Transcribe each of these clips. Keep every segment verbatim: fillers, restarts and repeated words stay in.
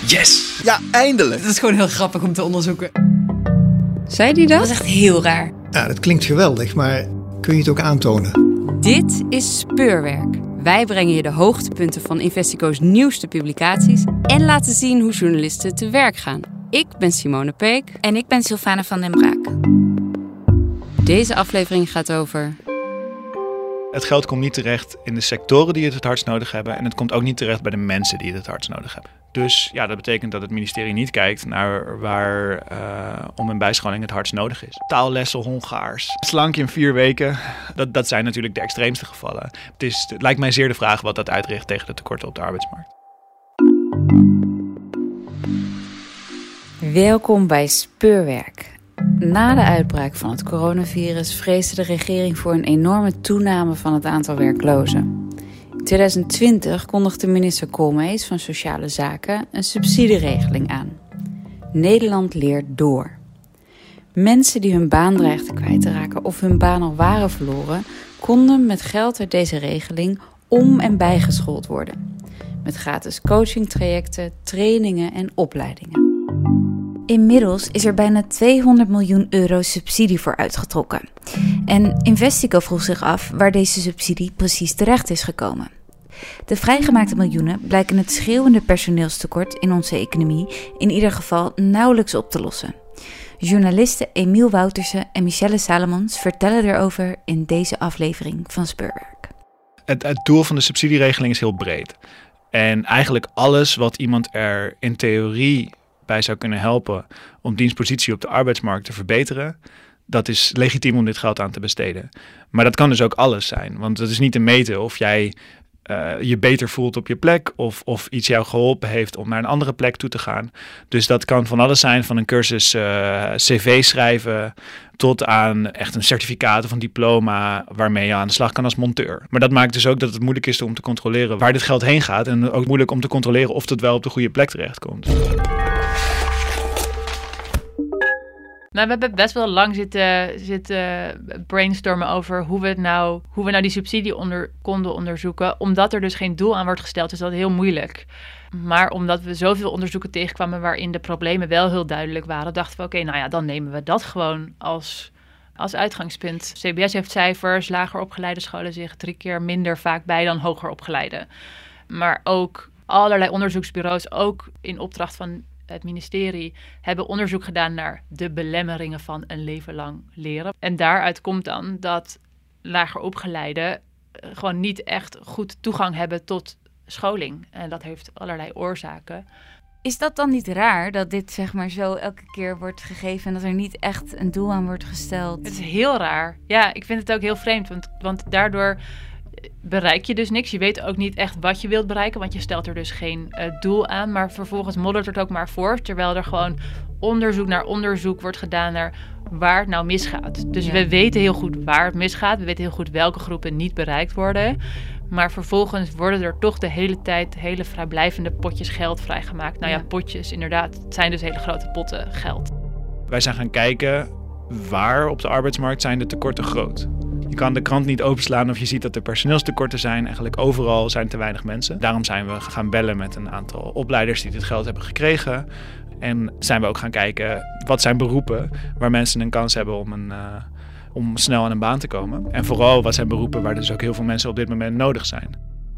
Yes! Ja, eindelijk! Dat is gewoon heel grappig om te onderzoeken. Zei die dat? Dat was echt heel raar. Ja, dat klinkt geweldig, maar kun je het ook aantonen? Dit is Speurwerk. Wij brengen je de hoogtepunten van Investico's nieuwste publicaties en laten zien hoe journalisten te werk gaan. Ik ben Simone Peek. En ik ben Sylvana van den Braak. Deze aflevering gaat over... Het geld komt niet terecht in de sectoren die het het hardst nodig hebben. En het komt ook niet terecht bij de mensen die het het hardst nodig hebben. Dus ja, dat betekent dat het ministerie niet kijkt naar waar uh, om- en bijscholing het hardst nodig is. Taallessen, Hongaars, slankje in vier weken. Dat, dat zijn natuurlijk de extreemste gevallen. Het, is, het lijkt mij zeer de vraag wat dat uitricht tegen de tekorten op de arbeidsmarkt. Welkom bij Speurwerk. Na de uitbraak van het coronavirus vreesde de regering voor een enorme toename van het aantal werklozen. In twintig twintig kondigde minister Koolmees van Sociale Zaken een subsidieregeling aan. Nederland leert door. Mensen die hun baan dreigden kwijt te raken of hun baan al waren verloren, konden met geld uit deze regeling om- en bijgeschoold worden. Met gratis coachingtrajecten, trainingen en opleidingen. Inmiddels is er bijna tweehonderd miljoen euro subsidie voor uitgetrokken. En Investico vroeg zich af waar deze subsidie precies terecht is gekomen. De vrijgemaakte miljoenen blijken het schreeuwende personeelstekort in onze economie in ieder geval nauwelijks op te lossen. Journalisten Emiel Woutersen en Michelle Salomons vertellen erover in deze aflevering van Speurwerk. Het, het doel van de subsidieregeling is heel breed. En eigenlijk alles wat iemand er in theorie bij zou kunnen helpen om diens positie op de arbeidsmarkt te verbeteren, dat is legitiem om dit geld aan te besteden. Maar dat kan dus ook alles zijn, want het is niet te meten of jij uh, je beter voelt op je plek of, of iets jou geholpen heeft om naar een andere plek toe te gaan. Dus dat kan van alles zijn, van een cursus uh, cv schrijven tot aan echt een certificaat of een diploma waarmee je aan de slag kan als monteur. Maar dat maakt dus ook dat het moeilijk is om te controleren waar dit geld heen gaat en ook moeilijk om te controleren of het wel op de goede plek terechtkomt. Nou, we hebben best wel lang zitten, zitten brainstormen over hoe we, het nou, hoe we nou die subsidie onder, konden onderzoeken. Omdat er dus geen doel aan wordt gesteld, is dat heel moeilijk. Maar omdat we zoveel onderzoeken tegenkwamen waarin de problemen wel heel duidelijk waren, dachten we, oké, okay, nou ja, dan nemen we dat gewoon als, als uitgangspunt. C B S heeft cijfers, lager opgeleide scholen zich drie keer minder vaak bij dan hoger opgeleide. Maar ook allerlei onderzoeksbureaus, ook in opdracht van het ministerie, hebben onderzoek gedaan naar de belemmeringen van een leven lang leren. En daaruit komt dan dat lager opgeleiden gewoon niet echt goed toegang hebben tot scholing. En dat heeft allerlei oorzaken. Is dat dan niet raar dat dit zeg maar zo elke keer wordt gegeven en dat er niet echt een doel aan wordt gesteld? Het is heel raar. Ja, ik vind het ook heel vreemd, want, want daardoor bereik je dus niks. Je weet ook niet echt wat je wilt bereiken, want je stelt er dus geen uh, doel aan. Maar vervolgens moddert het ook maar voor, terwijl er gewoon onderzoek naar onderzoek wordt gedaan naar waar het nou misgaat. Dus ja. We weten heel goed waar het misgaat. We weten heel goed welke groepen niet bereikt worden. Maar vervolgens worden er toch de hele tijd hele vrijblijvende potjes geld vrijgemaakt. Nou ja, ja, potjes inderdaad. Het zijn dus hele grote potten geld. Wij zijn gaan kijken waar op de arbeidsmarkt zijn de tekorten groot. Je kan de krant niet openslaan of je ziet dat er personeelstekorten zijn. Eigenlijk overal zijn te weinig mensen. Daarom zijn we gaan bellen met een aantal opleiders die dit geld hebben gekregen. En zijn we ook gaan kijken wat zijn beroepen waar mensen een kans hebben om, een, uh, om snel aan een baan te komen. En vooral wat zijn beroepen waar dus ook heel veel mensen op dit moment nodig zijn.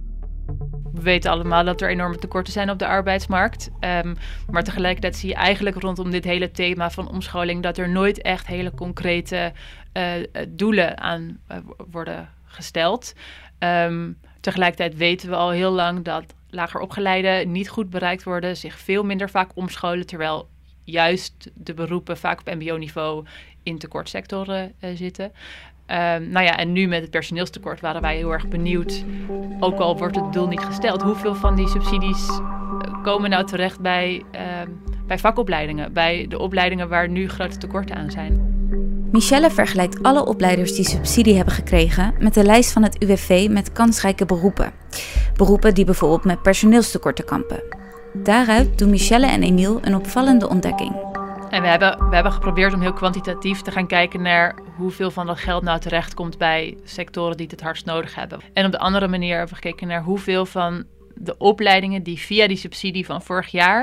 We weten allemaal dat er enorme tekorten zijn op de arbeidsmarkt. Um, maar tegelijkertijd zie je eigenlijk rondom dit hele thema van omscholing dat er nooit echt hele concrete uh, doelen aan uh, worden gesteld. Um, tegelijkertijd weten we al heel lang dat lager opgeleiden niet goed bereikt worden, zich veel minder vaak omscholen, terwijl juist de beroepen vaak op mbo-niveau in tekortsectoren uh, zitten. Um, nou ja, en nu met het personeelstekort waren wij heel erg benieuwd, ook al wordt het doel niet gesteld, hoeveel van die subsidies komen nou terecht bij, uh, bij vakopleidingen, bij de opleidingen waar nu grote tekorten aan zijn. Michelle vergelijkt alle opleiders die subsidie hebben gekregen met de lijst van het U W V met kansrijke beroepen. Beroepen die bijvoorbeeld met personeelstekorten kampen. Daaruit doen Michelle en Emiel een opvallende ontdekking. En we hebben, we hebben geprobeerd om heel kwantitatief te gaan kijken naar hoeveel van dat geld nou terechtkomt bij sectoren die het het hardst nodig hebben. En op de andere manier hebben we gekeken naar hoeveel van de opleidingen die via die subsidie van vorig jaar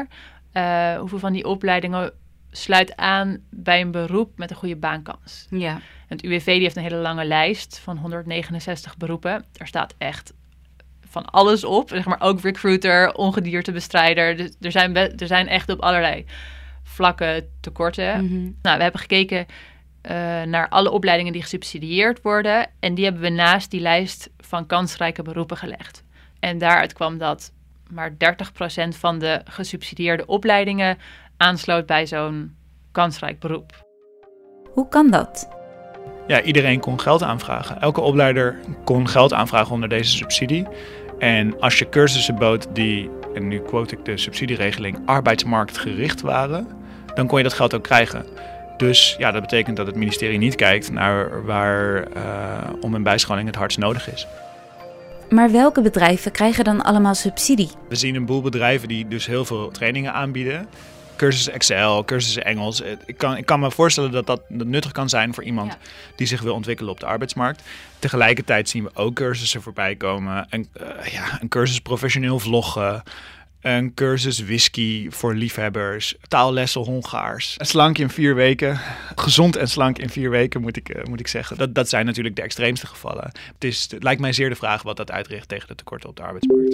uh, hoeveel van die opleidingen sluit aan bij een beroep met een goede baankans. Ja. En het U W V die heeft een hele lange lijst van honderdnegenenzestig beroepen. Daar staat echt van alles op. Zeg maar ook recruiter, ongediertebestrijder. Dus er zijn, be- er zijn echt op allerlei vlakken tekorten. Mm-hmm. Nou, we hebben gekeken uh, naar alle opleidingen die gesubsidieerd worden. En die hebben we naast die lijst van kansrijke beroepen gelegd. En daaruit kwam dat maar dertig procent van de gesubsidieerde opleidingen aansloot bij zo'n kansrijk beroep. Hoe kan dat? Ja, iedereen kon geld aanvragen. Elke opleider kon geld aanvragen onder deze subsidie. En als je cursussen bood die, en nu quote ik de subsidieregeling, arbeidsmarktgericht waren, dan kon je dat geld ook krijgen. Dus ja, dat betekent dat het ministerie niet kijkt naar waar uh, om- en bijscholing het hardst nodig is. Maar welke bedrijven krijgen dan allemaal subsidie? We zien een boel bedrijven die dus heel veel trainingen aanbieden. Cursussen Excel, cursussen Engels. Ik kan, ik kan me voorstellen dat dat nuttig kan zijn voor iemand ja. die zich wil ontwikkelen op de arbeidsmarkt. Tegelijkertijd zien we ook cursussen voorbij komen. Een, uh, ja, een cursus professioneel vloggen. Een cursus whisky voor liefhebbers. Taallessen Hongaars. Slank in vier weken. Gezond en slank in vier weken moet ik, uh, moet ik zeggen. Dat, dat zijn natuurlijk de extreemste gevallen. Het, is, het lijkt mij zeer de vraag wat dat uitricht tegen de tekorten op de arbeidsmarkt.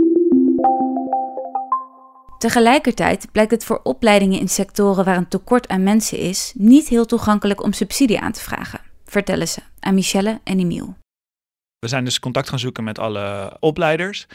Tegelijkertijd blijkt het voor opleidingen in sectoren waar een tekort aan mensen is niet heel toegankelijk om subsidie aan te vragen, vertellen ze aan Michelle en Emiel. We zijn dus contact gaan zoeken met alle opleiders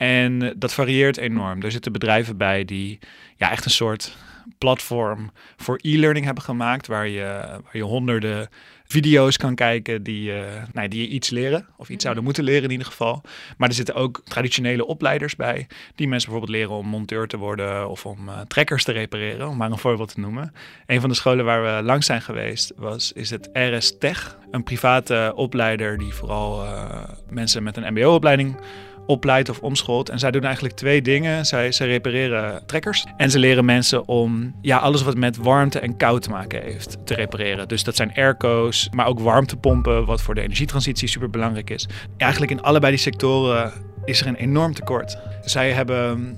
en dat varieert enorm. Er zitten bedrijven bij die ja, echt een soort platform voor e-learning hebben gemaakt, waar je, waar je honderden video's kan kijken die, uh, nou, die je iets leren, of iets zouden moeten leren in ieder geval. Maar er zitten ook traditionele opleiders bij, die mensen bijvoorbeeld leren om monteur te worden of om uh, trekkers te repareren, om maar een voorbeeld te noemen. Een van de scholen waar we langs zijn geweest was, is het R S Tech, een private opleider die vooral uh, mensen met een M B O-opleiding opleidt of omscholt. En zij doen eigenlijk twee dingen. Zij, zij repareren trekkers en ze leren mensen om ja, alles wat met warmte en kou te maken heeft te repareren. Dus dat zijn airco's, maar ook warmtepompen, wat voor de energietransitie super belangrijk is. Eigenlijk in allebei die sectoren is er een enorm tekort. Zij hebben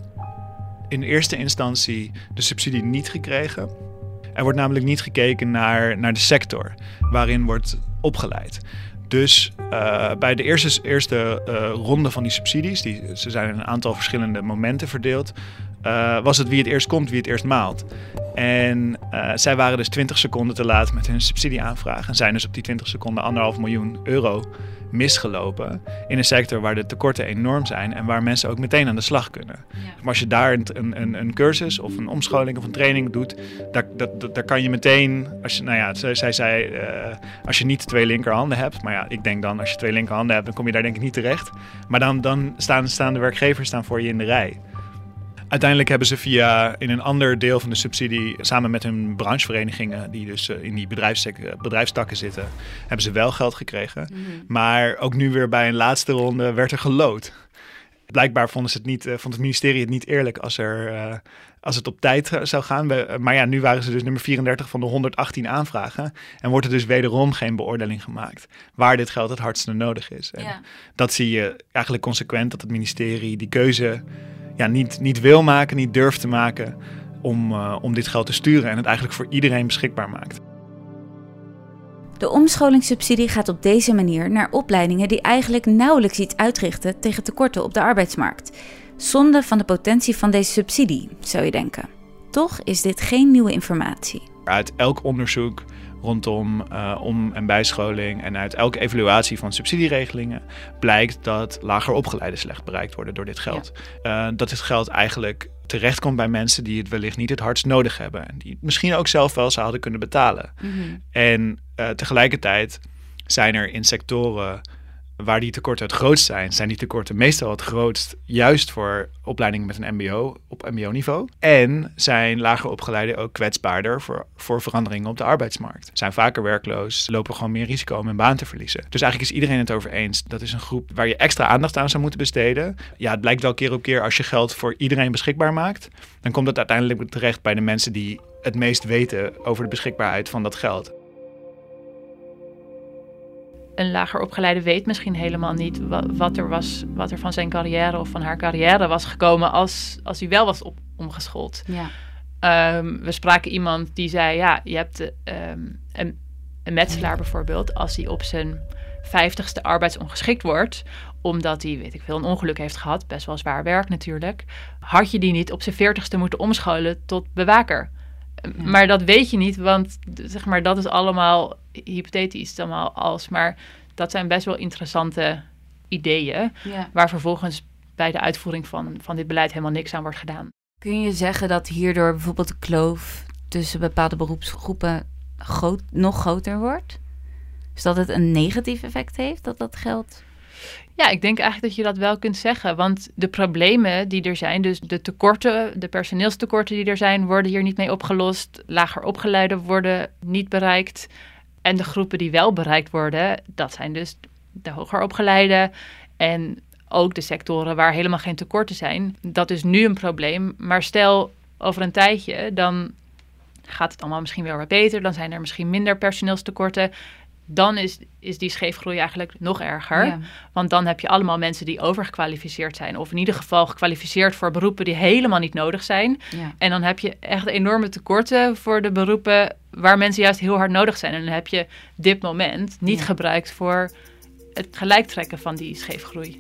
in eerste instantie de subsidie niet gekregen. Er wordt namelijk niet gekeken naar, naar de sector waarin wordt opgeleid. Dus uh, bij de eerste, eerste uh, ronde van die subsidies, die, ze zijn in een aantal verschillende momenten verdeeld, uh, was het wie het eerst komt, wie het eerst maalt. En uh, zij waren dus twintig seconden te laat met hun subsidieaanvraag en zijn dus op die twintig seconden anderhalf miljoen euro misgelopen in een sector waar de tekorten enorm zijn en waar mensen ook meteen aan de slag kunnen. Ja. Maar als je daar een, een, een cursus of een omscholing of een training doet, daar, dat, daar kan je meteen, als je, nou ja, zij zei, uh, als je niet twee linkerhanden hebt, maar ja, ik denk dan als je twee linkerhanden hebt, dan kom je daar denk ik niet terecht. Maar dan, dan staan, staan de werkgevers staan voor je in de rij. Uiteindelijk hebben ze via in een ander deel van de subsidie, samen met hun brancheverenigingen, die dus uh, in die bedrijfstek, bedrijfstakken zitten, hebben ze wel geld gekregen. Mm-hmm. Maar ook nu weer bij een laatste ronde werd er geloot. Blijkbaar vonden ze het niet, uh, vond het ministerie het niet eerlijk als, er, uh, als het op tijd uh, zou gaan. We, uh, maar ja, nu waren ze dus nummer vierendertig van de honderdachttien aanvragen. En wordt er dus wederom geen beoordeling gemaakt waar dit geld het hardste nodig is. En ja. Dat zie je eigenlijk consequent, dat het ministerie die keuze ja, niet, niet wil maken, niet durft te maken om, uh, om dit geld te sturen en het eigenlijk voor iedereen beschikbaar maakt. De omscholingssubsidie gaat op deze manier naar opleidingen die eigenlijk nauwelijks iets uitrichten tegen tekorten op de arbeidsmarkt. Zonde van de potentie van deze subsidie, zou je denken. Toch is dit geen nieuwe informatie. Uit elk onderzoek rondom uh, om- en bijscholing en uit elke evaluatie van subsidieregelingen blijkt dat lager opgeleiden slecht bereikt worden door dit geld. Ja. Uh, dat dit geld eigenlijk terechtkomt bij mensen die het wellicht niet het hardst nodig hebben. En die het misschien ook zelf wel zouden kunnen betalen. Mm-hmm. En uh, tegelijkertijd zijn er in sectoren waar die tekorten het grootst zijn, zijn die tekorten meestal het grootst juist voor opleidingen met een M B O op M B O-niveau. En zijn lager opgeleiden ook kwetsbaarder voor, voor veranderingen op de arbeidsmarkt. Zijn vaker werkloos, lopen gewoon meer risico om hun baan te verliezen. Dus eigenlijk is iedereen het over eens. Dat is een groep waar je extra aandacht aan zou moeten besteden. Ja, het blijkt wel keer op keer als je geld voor iedereen beschikbaar maakt, dan komt het uiteindelijk terecht bij de mensen die het meest weten over de beschikbaarheid van dat geld. Een lager opgeleide weet misschien helemaal niet wat er, was, wat er van zijn carrière of van haar carrière was gekomen als, als hij wel was op, omgeschoold. Ja. Um, we spraken iemand die zei, ja, je hebt um, een, een metselaar bijvoorbeeld, als hij op zijn vijftigste arbeidsongeschikt wordt, omdat hij, weet ik veel, een ongeluk heeft gehad, best wel zwaar werk natuurlijk, had je die niet op zijn veertigste moeten omscholen tot bewaker. Ja. Maar dat weet je niet, want zeg maar, dat is allemaal hypothetisch, allemaal als, maar dat zijn best wel interessante ideeën, ja. waar vervolgens bij de uitvoering van, van dit beleid helemaal niks aan wordt gedaan. Kun je zeggen dat hierdoor bijvoorbeeld de kloof tussen bepaalde beroepsgroepen groot, nog groter wordt? Dus dat het een negatief effect heeft, dat dat geld? Ja, ik denk eigenlijk dat je dat wel kunt zeggen. Want de problemen die er zijn, dus de tekorten, de personeelstekorten die er zijn, worden hier niet mee opgelost. Lager opgeleiden worden niet bereikt. En de groepen die wel bereikt worden, dat zijn dus de hoger opgeleiden en ook de sectoren waar helemaal geen tekorten zijn. Dat is nu een probleem. Maar stel over een tijdje, dan gaat het allemaal misschien weer wat beter. Dan zijn er misschien minder personeelstekorten. Dan is, is die scheefgroei eigenlijk nog erger. Ja. Want dan heb je allemaal mensen die overgekwalificeerd zijn. Of in ieder geval gekwalificeerd voor beroepen die helemaal niet nodig zijn. Ja. En dan heb je echt enorme tekorten voor de beroepen waar mensen juist heel hard nodig zijn. En dan heb je dit moment niet ja. gebruikt voor het gelijktrekken van die scheefgroei.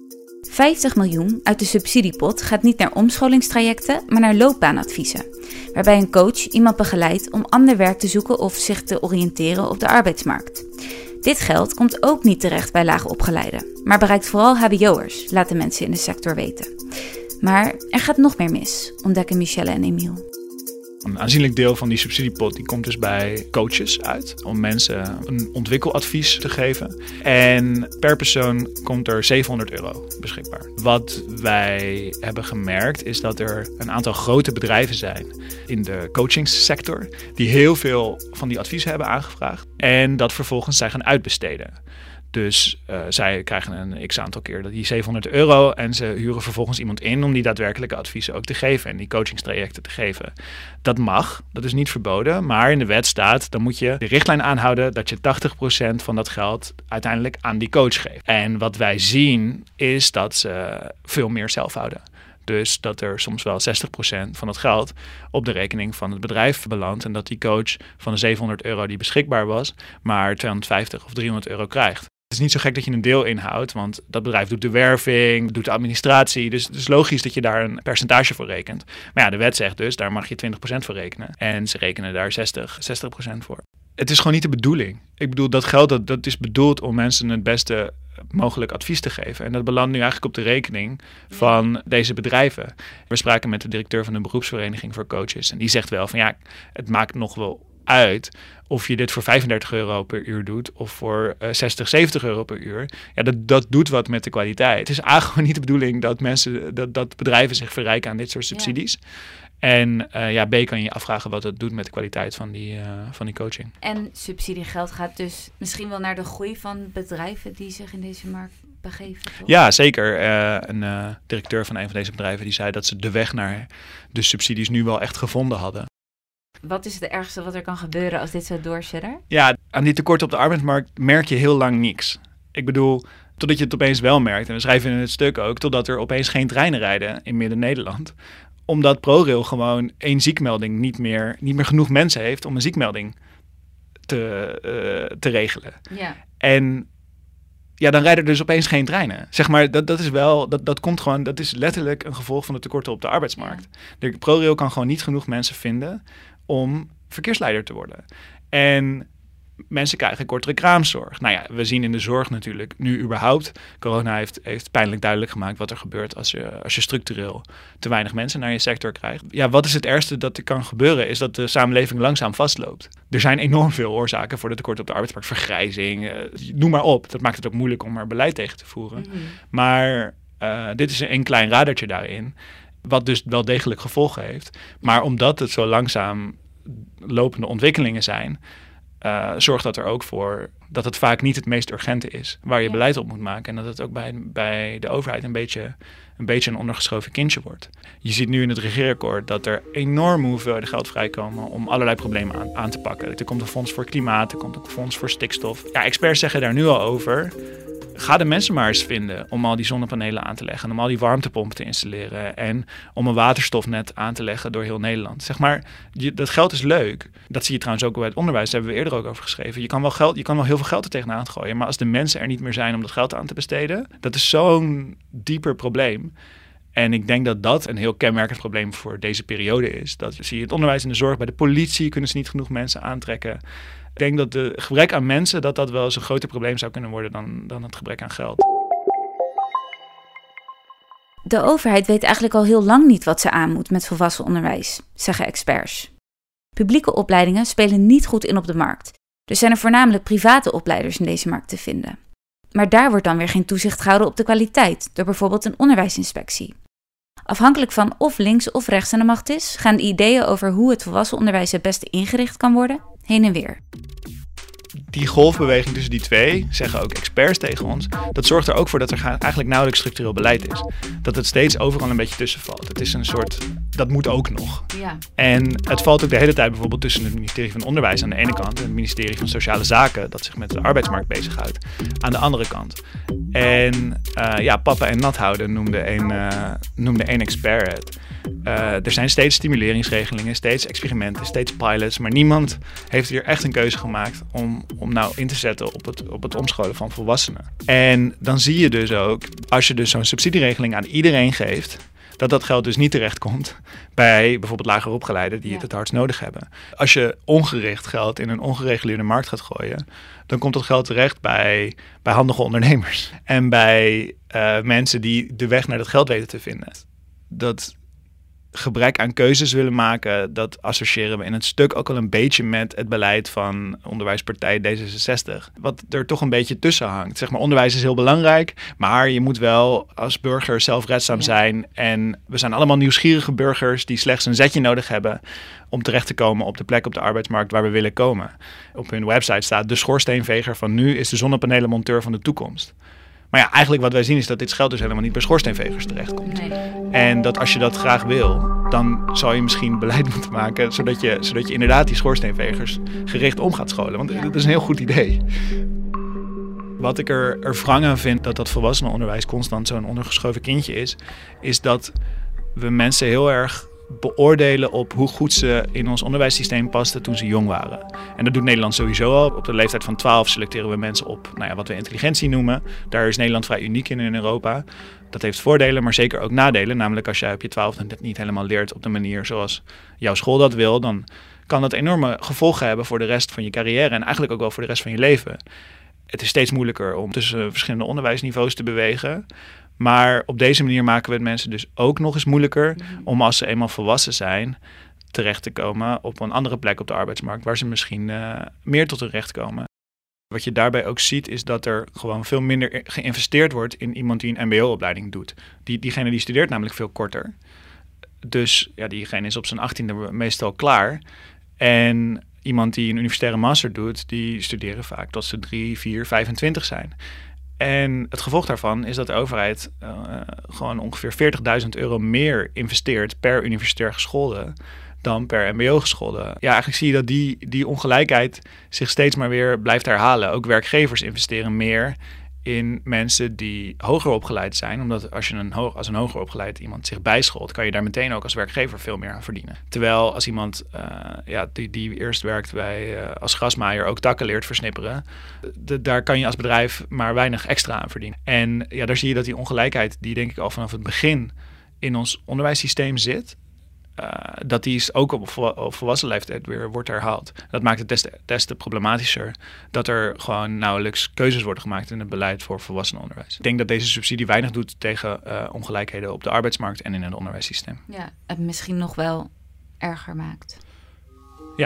vijftig miljoen uit de subsidiepot gaat niet naar omscholingstrajecten, maar naar loopbaanadviezen. Waarbij een coach iemand begeleidt om ander werk te zoeken of zich te oriënteren op de arbeidsmarkt. Dit geld komt ook niet terecht bij laagopgeleiden, maar bereikt vooral hbo'ers, laten mensen in de sector weten. Maar er gaat nog meer mis, ontdekken Michelle en Emiel. Een aanzienlijk deel van die subsidiepot die komt dus bij coaches uit om mensen een ontwikkeladvies te geven. En per persoon komt er zevenhonderd euro beschikbaar. Wat wij hebben gemerkt is dat er een aantal grote bedrijven zijn in de coachingssector die heel veel van die adviezen hebben aangevraagd en dat vervolgens zij gaan uitbesteden. Dus uh, zij krijgen een x-aantal keer die zevenhonderd euro en ze huren vervolgens iemand in om die daadwerkelijke adviezen ook te geven en die coachingstrajecten te geven. Dat mag, dat is niet verboden, maar in de wet staat, dan moet je de richtlijn aanhouden dat je tachtig procent van dat geld uiteindelijk aan die coach geeft. En wat wij zien is dat ze veel meer zelf houden. Dus dat er soms wel zestig procent van het geld op de rekening van het bedrijf belandt en dat die coach van de zevenhonderd euro die beschikbaar was, maar tweehonderdvijftig of driehonderd euro krijgt. Het is niet zo gek dat je een deel inhoudt, want dat bedrijf doet de werving, doet de administratie. Dus het is logisch dat je daar een percentage voor rekent. Maar ja, de wet zegt dus, daar mag je twintig procent voor rekenen. En ze rekenen daar zestig, zestig procent voor. Het is gewoon niet de bedoeling. Ik bedoel, dat geld dat, dat is bedoeld om mensen het beste mogelijk advies te geven. En dat belandt nu eigenlijk op de rekening van deze bedrijven. We spraken met de directeur van de beroepsvereniging voor coaches. En die zegt wel van ja, het maakt nog wel uit of je dit voor vijfendertig euro per uur doet of voor uh, zestig, zeventig euro per uur. Ja, dat, dat doet wat met de kwaliteit. Het is eigenlijk gewoon niet de bedoeling dat mensen, dat, dat bedrijven zich verrijken aan dit soort subsidies. Ja. En uh, ja, B, kan je je afvragen wat dat doet met de kwaliteit van die, uh, van die coaching. En subsidiegeld gaat dus misschien wel naar de groei van bedrijven die zich in deze markt begeven, toch? Ja, zeker. Uh, een uh, directeur van een van deze bedrijven die zei dat ze de weg naar de subsidies nu wel echt gevonden hadden. Wat is het ergste wat er kan gebeuren als dit zo doorzetter? Ja, aan die tekorten op de arbeidsmarkt merk je heel lang niks. Ik bedoel, totdat je het opeens wel merkt. En we schrijven in het stuk ook, totdat er opeens geen treinen rijden in Midden-Nederland. Omdat ProRail gewoon één ziekmelding niet meer, niet meer genoeg mensen heeft om een ziekmelding te, uh, te regelen. Ja. En ja, dan rijden er dus opeens geen treinen. Zeg maar, dat, dat is wel, dat, dat komt gewoon, dat is letterlijk een gevolg van de tekorten op de arbeidsmarkt. Ja. De ProRail kan gewoon niet genoeg mensen vinden om verkeersleider te worden. En mensen krijgen kortere kraamzorg. Nou ja, we zien in de zorg natuurlijk nu überhaupt. Corona heeft, heeft pijnlijk duidelijk gemaakt wat er gebeurt als je, als je structureel te weinig mensen naar je sector krijgt. Ja, wat is het ergste dat er kan gebeuren? Is dat de samenleving langzaam vastloopt. Er zijn enorm veel oorzaken voor de tekorten op de arbeidsmarkt. Vergrijzing, eh, noem maar op. Dat maakt het ook moeilijk om er beleid tegen te voeren. Mm-hmm. Maar uh, dit is een klein radertje daarin. Wat dus wel degelijk gevolgen heeft. Maar omdat het zo langzaam lopende ontwikkelingen zijn, Uh, zorgt dat er ook voor dat het vaak niet het meest urgente is waar je ja. beleid op moet maken. En dat het ook bij, bij de overheid een beetje, een beetje een ondergeschoven kindje wordt. Je ziet nu in het regeerakkoord dat er enorme hoeveelheden geld vrijkomen om allerlei problemen aan, aan te pakken. Er komt een fonds voor klimaat, er komt een fonds voor stikstof. Ja, experts zeggen daar nu al over, ga de mensen maar eens vinden om al die zonnepanelen aan te leggen. Om al die warmtepompen te installeren. En om een waterstofnet aan te leggen door heel Nederland. Zeg maar, je, dat geld is leuk. Dat zie je trouwens ook bij het onderwijs. Daar hebben we eerder ook over geschreven. Je kan wel, geld, je kan wel heel veel geld er tegenaan gooien. Maar als de mensen er niet meer zijn om dat geld aan te besteden. Dat is zo'n dieper probleem. En ik denk dat dat een heel kenmerkend probleem voor deze periode is. Dat zie je het onderwijs en de zorg. Bij de politie kunnen ze niet genoeg mensen aantrekken. Ik denk dat het gebrek aan mensen, dat dat wel eens een groter probleem zou kunnen worden dan, dan het gebrek aan geld. De overheid weet eigenlijk al heel lang niet wat ze aan moet met volwassen onderwijs, zeggen experts. Publieke opleidingen spelen niet goed in op de markt. Dus zijn er voornamelijk private opleiders in deze markt te vinden. Maar daar wordt dan weer geen toezicht gehouden op de kwaliteit, door bijvoorbeeld een onderwijsinspectie. Afhankelijk van of links of rechts aan de macht is, gaan de ideeën over hoe het volwassen onderwijs het beste ingericht kan worden, heen en weer. Die golfbeweging tussen die twee, zeggen ook experts tegen ons, dat zorgt er ook voor dat er eigenlijk nauwelijks structureel beleid is. Dat het steeds overal een beetje tussen valt. Het is een soort, dat moet ook nog. Ja. En het valt ook de hele tijd bijvoorbeeld tussen het ministerie van Onderwijs aan de ene kant en het ministerie van Sociale Zaken, dat zich met de arbeidsmarkt bezighoudt, aan de andere kant. En uh, ja, papa en nat houden noemde een, uh, noemde een expert het. Uh, er zijn steeds stimuleringsregelingen, steeds experimenten, steeds pilots, maar niemand heeft hier echt een keuze gemaakt om, om nou in te zetten op het, op het omscholen van volwassenen. En dan zie je dus ook, als je dus zo'n subsidieregeling aan iedereen geeft, dat dat geld dus niet terechtkomt bij bijvoorbeeld lager opgeleiden die ja. het het hardst nodig hebben. Als je ongericht geld in een ongereguleerde markt gaat gooien, dan komt dat geld terecht bij, bij handige ondernemers en bij uh, mensen die de weg naar dat geld weten te vinden. Dat gebrek aan keuzes willen maken, dat associëren we in het stuk ook al een beetje met het beleid van onderwijspartij D zesenzestig. Wat er toch een beetje tussen hangt. Zeg maar, onderwijs is heel belangrijk, maar je moet wel als burger zelfredzaam ja. zijn. En we zijn allemaal nieuwsgierige burgers die slechts een zetje nodig hebben om terecht te komen op de plek op de arbeidsmarkt waar we willen komen. Op hun website staat de schoorsteenveger van nu is de zonnepanelenmonteur van de toekomst. Maar ja, eigenlijk wat wij zien is dat dit geld dus helemaal niet bij schoorsteenvegers terechtkomt. Nee. En dat als je dat graag wil, dan zou je misschien beleid moeten maken, zodat je, zodat je inderdaad die schoorsteenvegers gericht om gaat scholen. Want ja. dat is een heel goed idee. Wat ik er, er wrang aan vind, dat dat volwassenenonderwijs constant zo'n ondergeschoven kindje is, is dat we mensen heel erg beoordelen op hoe goed ze in ons onderwijssysteem pasten toen ze jong waren. En dat doet Nederland sowieso al. Op de leeftijd van twaalf selecteren we mensen op nou ja, wat we intelligentie noemen. Daar is Nederland vrij uniek in in Europa. Dat heeft voordelen, maar zeker ook nadelen. Namelijk als jij op je twaalfde het niet helemaal leert op de manier zoals jouw school dat wil, dan kan dat enorme gevolgen hebben voor de rest van je carrière en eigenlijk ook wel voor de rest van je leven. Het is steeds moeilijker om tussen verschillende onderwijsniveaus te bewegen. Maar op deze manier maken we het mensen dus ook nog eens moeilijker om als ze eenmaal volwassen zijn terecht te komen op een andere plek op de arbeidsmarkt waar ze misschien uh, meer tot hun recht komen. Wat je daarbij ook ziet is dat er gewoon veel minder geïnvesteerd wordt in iemand die een M B O-opleiding doet. Die, diegene die studeert namelijk veel korter. Dus ja, diegene is op zijn achttiende meestal klaar. En iemand die een universitaire master doet, die studeren vaak tot ze drie, vier, vijfentwintig zijn. En het gevolg daarvan is dat de overheid uh, gewoon ongeveer veertigduizend euro meer investeert per universitair geschoolde dan per M B O-geschoolde. Ja, eigenlijk zie je dat die, die ongelijkheid zich steeds maar weer blijft herhalen. Ook werkgevers investeren meer in mensen die hoger opgeleid zijn. Omdat als je een hoog, als een hoger opgeleid iemand zich bijscholt, kan je daar meteen ook als werkgever veel meer aan verdienen. Terwijl als iemand uh, ja, die, die eerst werkt bij uh, als grasmaaier ook takken leert versnipperen, de, daar kan je als bedrijf maar weinig extra aan verdienen. En ja, daar zie je dat die ongelijkheid, die denk ik al vanaf het begin in ons onderwijssysteem zit, Uh, dat die is ook op, vol- op volwassen leeftijd weer wordt herhaald. Dat maakt het des te, des te problematischer dat er gewoon nauwelijks keuzes worden gemaakt in het beleid voor volwassenenonderwijs. Ik denk dat deze subsidie weinig doet tegen uh, ongelijkheden op de arbeidsmarkt en in het onderwijssysteem. Ja, het misschien nog wel erger maakt. Ja.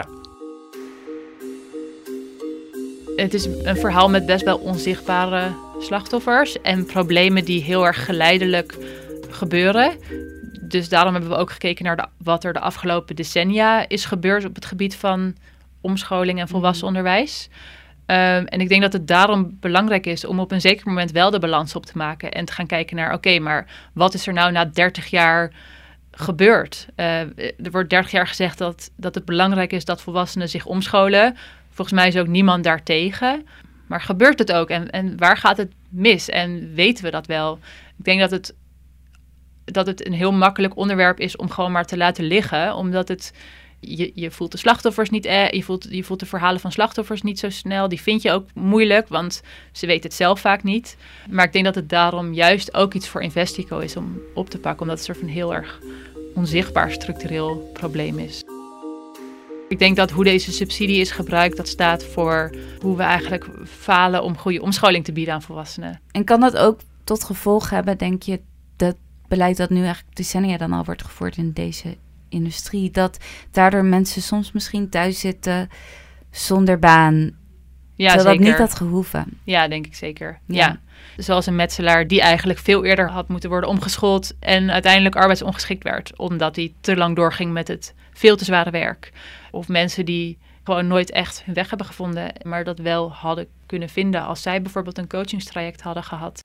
Het is een verhaal met best wel onzichtbare slachtoffers en problemen die heel erg geleidelijk gebeuren. Dus daarom hebben we ook gekeken naar de, wat er de afgelopen decennia is gebeurd op het gebied van omscholing en volwassen onderwijs. Um, en ik denk dat het daarom belangrijk is om op een zeker moment wel de balans op te maken en te gaan kijken naar, oké, okay, maar wat is er nou na dertig jaar gebeurd? Uh, er wordt dertig jaar gezegd dat, dat het belangrijk is dat volwassenen zich omscholen. Volgens mij is ook niemand daartegen. maar gebeurt het ook? En, en waar gaat het mis? En weten we dat wel? Ik denk dat het, dat het een heel makkelijk onderwerp is om gewoon maar te laten liggen. Omdat het, je, je voelt de slachtoffers niet, eh, je, voelt, je voelt de verhalen van slachtoffers niet zo snel. Die vind je ook moeilijk, want ze weten het zelf vaak niet. Maar ik denk dat het daarom juist ook iets voor Investico is om op te pakken. Omdat het een soort van heel erg onzichtbaar structureel probleem is. Ik denk dat hoe deze subsidie is gebruikt, dat staat voor hoe we eigenlijk falen om goede omscholing te bieden aan volwassenen. En kan dat ook tot gevolg hebben, denk je, dat beleid dat nu eigenlijk decennia dan al wordt gevoerd in deze industrie, dat daardoor mensen soms misschien thuis zitten zonder baan, Ja, terwijl zeker. dat niet had gehoeven? Ja, denk ik zeker. Ja. Ja. Zoals een metselaar die eigenlijk veel eerder had moeten worden omgeschoold en uiteindelijk arbeidsongeschikt werd, omdat hij te lang doorging met het veel te zware werk. Of mensen die gewoon nooit echt hun weg hebben gevonden, maar dat wel hadden kunnen vinden als zij bijvoorbeeld een coachingstraject hadden gehad.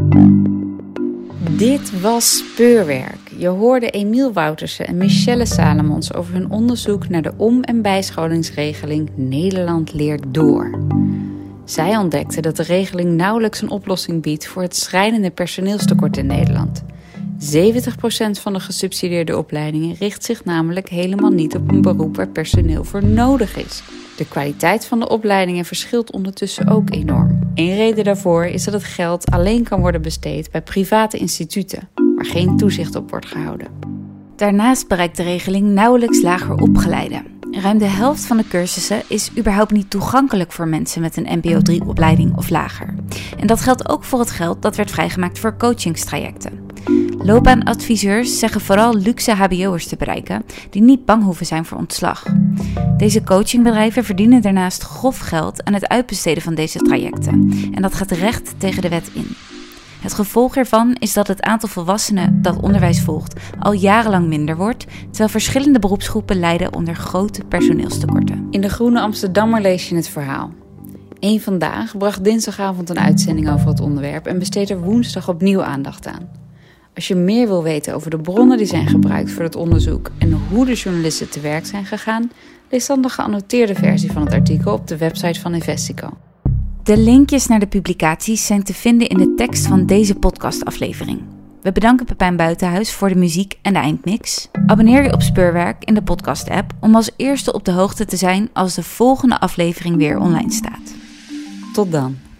Dit was Speurwerk. Je hoorde Emiel Woutersen en Michelle Salomons over hun onderzoek naar de om- en bijscholingsregeling Nederland leert door. Zij ontdekten dat de regeling nauwelijks een oplossing biedt voor het schrijnende personeelstekort in Nederland. zeventig procent van de gesubsidieerde opleidingen richt zich namelijk helemaal niet op een beroep waar personeel voor nodig is. De kwaliteit van de opleidingen verschilt ondertussen ook enorm. Een reden daarvoor is dat het geld alleen kan worden besteed bij private instituten, waar geen toezicht op wordt gehouden. Daarnaast bereikt de regeling nauwelijks lager opgeleiden. Ruim de helft van de cursussen is überhaupt niet toegankelijk voor mensen met een N P O drie opleiding of lager. En dat geldt ook voor het geld dat werd vrijgemaakt voor coachingstrajecten. Loopbaanadviseurs zeggen vooral luxe H B O'ers te bereiken die niet bang hoeven zijn voor ontslag. Deze coachingbedrijven verdienen daarnaast grof geld aan het uitbesteden van deze trajecten. En dat gaat recht tegen de wet in. Het gevolg ervan is dat het aantal volwassenen dat onderwijs volgt al jarenlang minder wordt, terwijl verschillende beroepsgroepen lijden onder grote personeelstekorten. In de Groene Amsterdammer lees je het verhaal. Eén Vandaag bracht dinsdagavond een uitzending over het onderwerp en besteedt er woensdag opnieuw aandacht aan. Als je meer wil weten over de bronnen die zijn gebruikt voor het onderzoek en hoe de journalisten te werk zijn gegaan, lees dan de geannoteerde versie van het artikel op de website van Investico. De linkjes naar de publicaties zijn te vinden in de tekst van deze podcastaflevering. We bedanken Pepijn Buitenhuis voor de muziek en de eindmix. Abonneer je op Speurwerk in de podcast-app om als eerste op de hoogte te zijn als de volgende aflevering weer online staat. Tot dan.